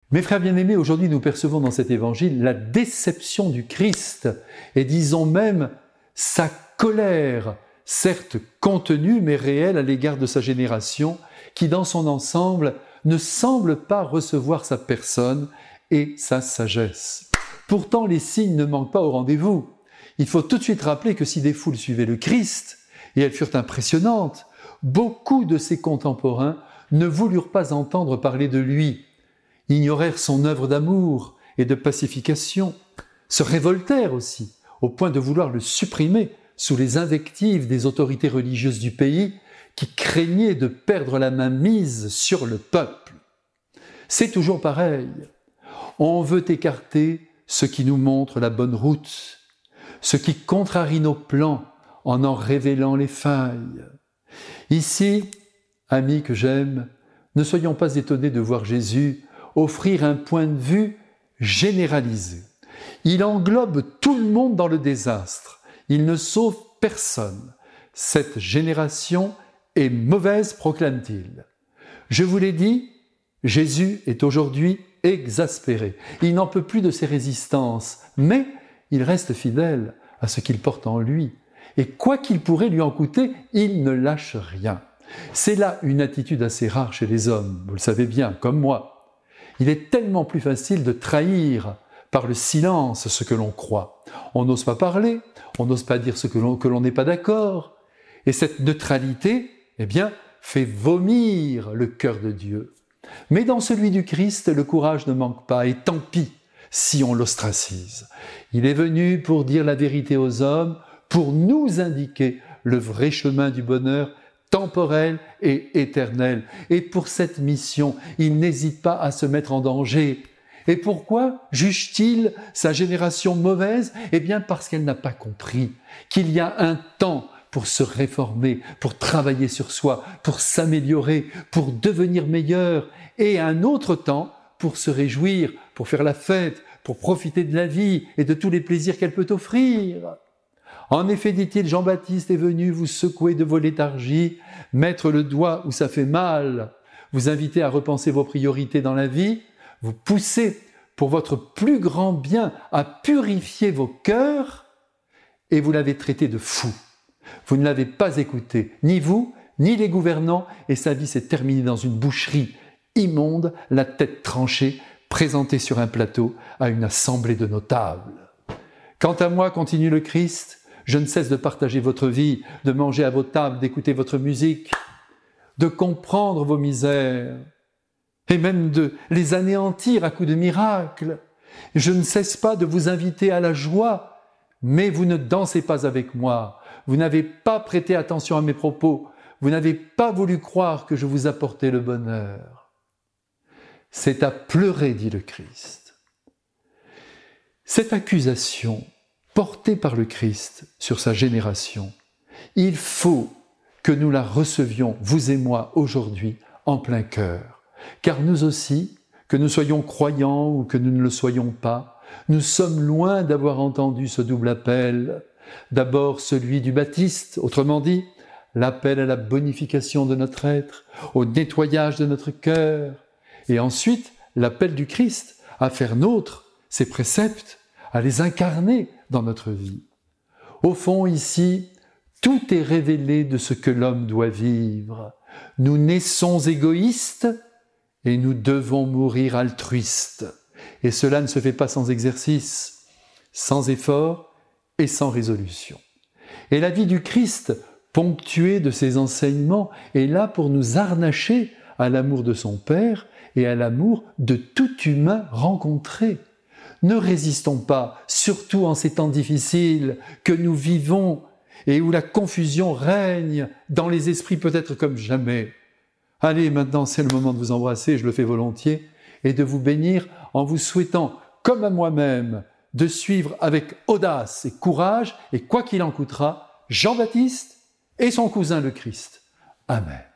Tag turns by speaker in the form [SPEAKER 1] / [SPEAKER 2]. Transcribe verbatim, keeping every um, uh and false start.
[SPEAKER 1] Mes frères bien-aimés, aujourd'hui nous percevons dans cet évangile la déception du Christ et disons même sa colère, certes contenue mais réelle à l'égard de sa génération qui dans son ensemble ne semble pas recevoir sa personne et sa sagesse. Pourtant les signes ne manquent pas au rendez-vous. Il faut tout de suite rappeler que si des foules suivaient le Christ, et elles furent impressionnantes, beaucoup de ses contemporains ne voulurent pas entendre parler de lui, ignorèrent son œuvre d'amour et de pacification, se révoltèrent aussi, au point de vouloir le supprimer sous les invectives des autorités religieuses du pays qui craignaient de perdre la main mise sur le peuple. C'est toujours pareil. On veut écarter ce qui nous montre la bonne route, ce qui contrarie nos plans en en révélant les failles. Ici, amis que j'aime, ne soyons pas étonnés de voir Jésus offrir un point de vue généralisé. Il englobe tout le monde dans le désastre. Il ne sauve personne. Cette génération est mauvaise, proclame-t-il. Je vous l'ai dit, Jésus est aujourd'hui exaspéré. Il n'en peut plus de ses résistances, mais il reste fidèle à ce qu'il porte en lui. Et quoi qu'il pourrait lui en coûter, il ne lâche rien. C'est là une attitude assez rare chez les hommes, vous le savez bien, comme moi. Il est tellement plus facile de trahir par le silence ce que l'on croit. On n'ose pas parler, on n'ose pas dire ce que l'on, que l'on n'est pas d'accord. Et cette neutralité, eh bien, fait vomir le cœur de Dieu. Mais dans celui du Christ, le courage ne manque pas, et tant pis si on l'ostracise. Il est venu pour dire la vérité aux hommes, pour nous indiquer le vrai chemin du bonheur temporel et éternel. Et pour cette mission, il n'hésite pas à se mettre en danger. Et pourquoi juge-t-il sa génération mauvaise ? Eh bien parce qu'elle n'a pas compris qu'il y a un temps pour se réformer, pour travailler sur soi, pour s'améliorer, pour devenir meilleur, et un autre temps pour se réjouir, pour faire la fête, pour profiter de la vie et de tous les plaisirs qu'elle peut offrir. En effet, dit-il, Jean-Baptiste est venu vous secouer de vos léthargies, mettre le doigt où ça fait mal, vous inviter à repenser vos priorités dans la vie, vous pousser pour votre plus grand bien à purifier vos cœurs, et vous l'avez traité de fou. Vous ne l'avez pas écouté, ni vous, ni les gouvernants, et sa vie s'est terminée dans une boucherie immonde, la tête tranchée, présentée sur un plateau à une assemblée de notables. Quant à moi, continue le Christ, je ne cesse de partager votre vie, de manger à vos tables, d'écouter votre musique, de comprendre vos misères, et même de les anéantir à coups de miracles. Je ne cesse pas de vous inviter à la joie, mais vous ne dansez pas avec moi, vous n'avez pas prêté attention à mes propos, vous n'avez pas voulu croire que je vous apportais le bonheur. C'est à pleurer, dit le Christ. Cette accusation portée par le Christ sur sa génération, il faut que nous la recevions, vous et moi, aujourd'hui, en plein cœur. Car nous aussi, que nous soyons croyants ou que nous ne le soyons pas, nous sommes loin d'avoir entendu ce double appel. D'abord celui du Baptiste, autrement dit, l'appel à la bonification de notre être, au nettoyage de notre cœur, et ensuite l'appel du Christ à faire nôtres ses préceptes, à les incarner dans notre vie. Au fond, ici, tout est révélé de ce que l'homme doit vivre. Nous naissons égoïstes et nous devons mourir altruistes. Et cela ne se fait pas sans exercice, sans effort et sans résolution. Et la vie du Christ, ponctuée de ses enseignements, est là pour nous harnacher à l'amour de son Père et à l'amour de tout humain rencontré. Ne résistons pas, surtout en ces temps difficiles que nous vivons et où la confusion règne dans les esprits peut-être comme jamais. Allez, maintenant c'est le moment de vous embrasser, je le fais volontiers, et de vous bénir en vous souhaitant, comme à moi-même, de suivre avec audace et courage, et quoi qu'il en coûtera, Jean-Baptiste et son cousin le Christ. Amen.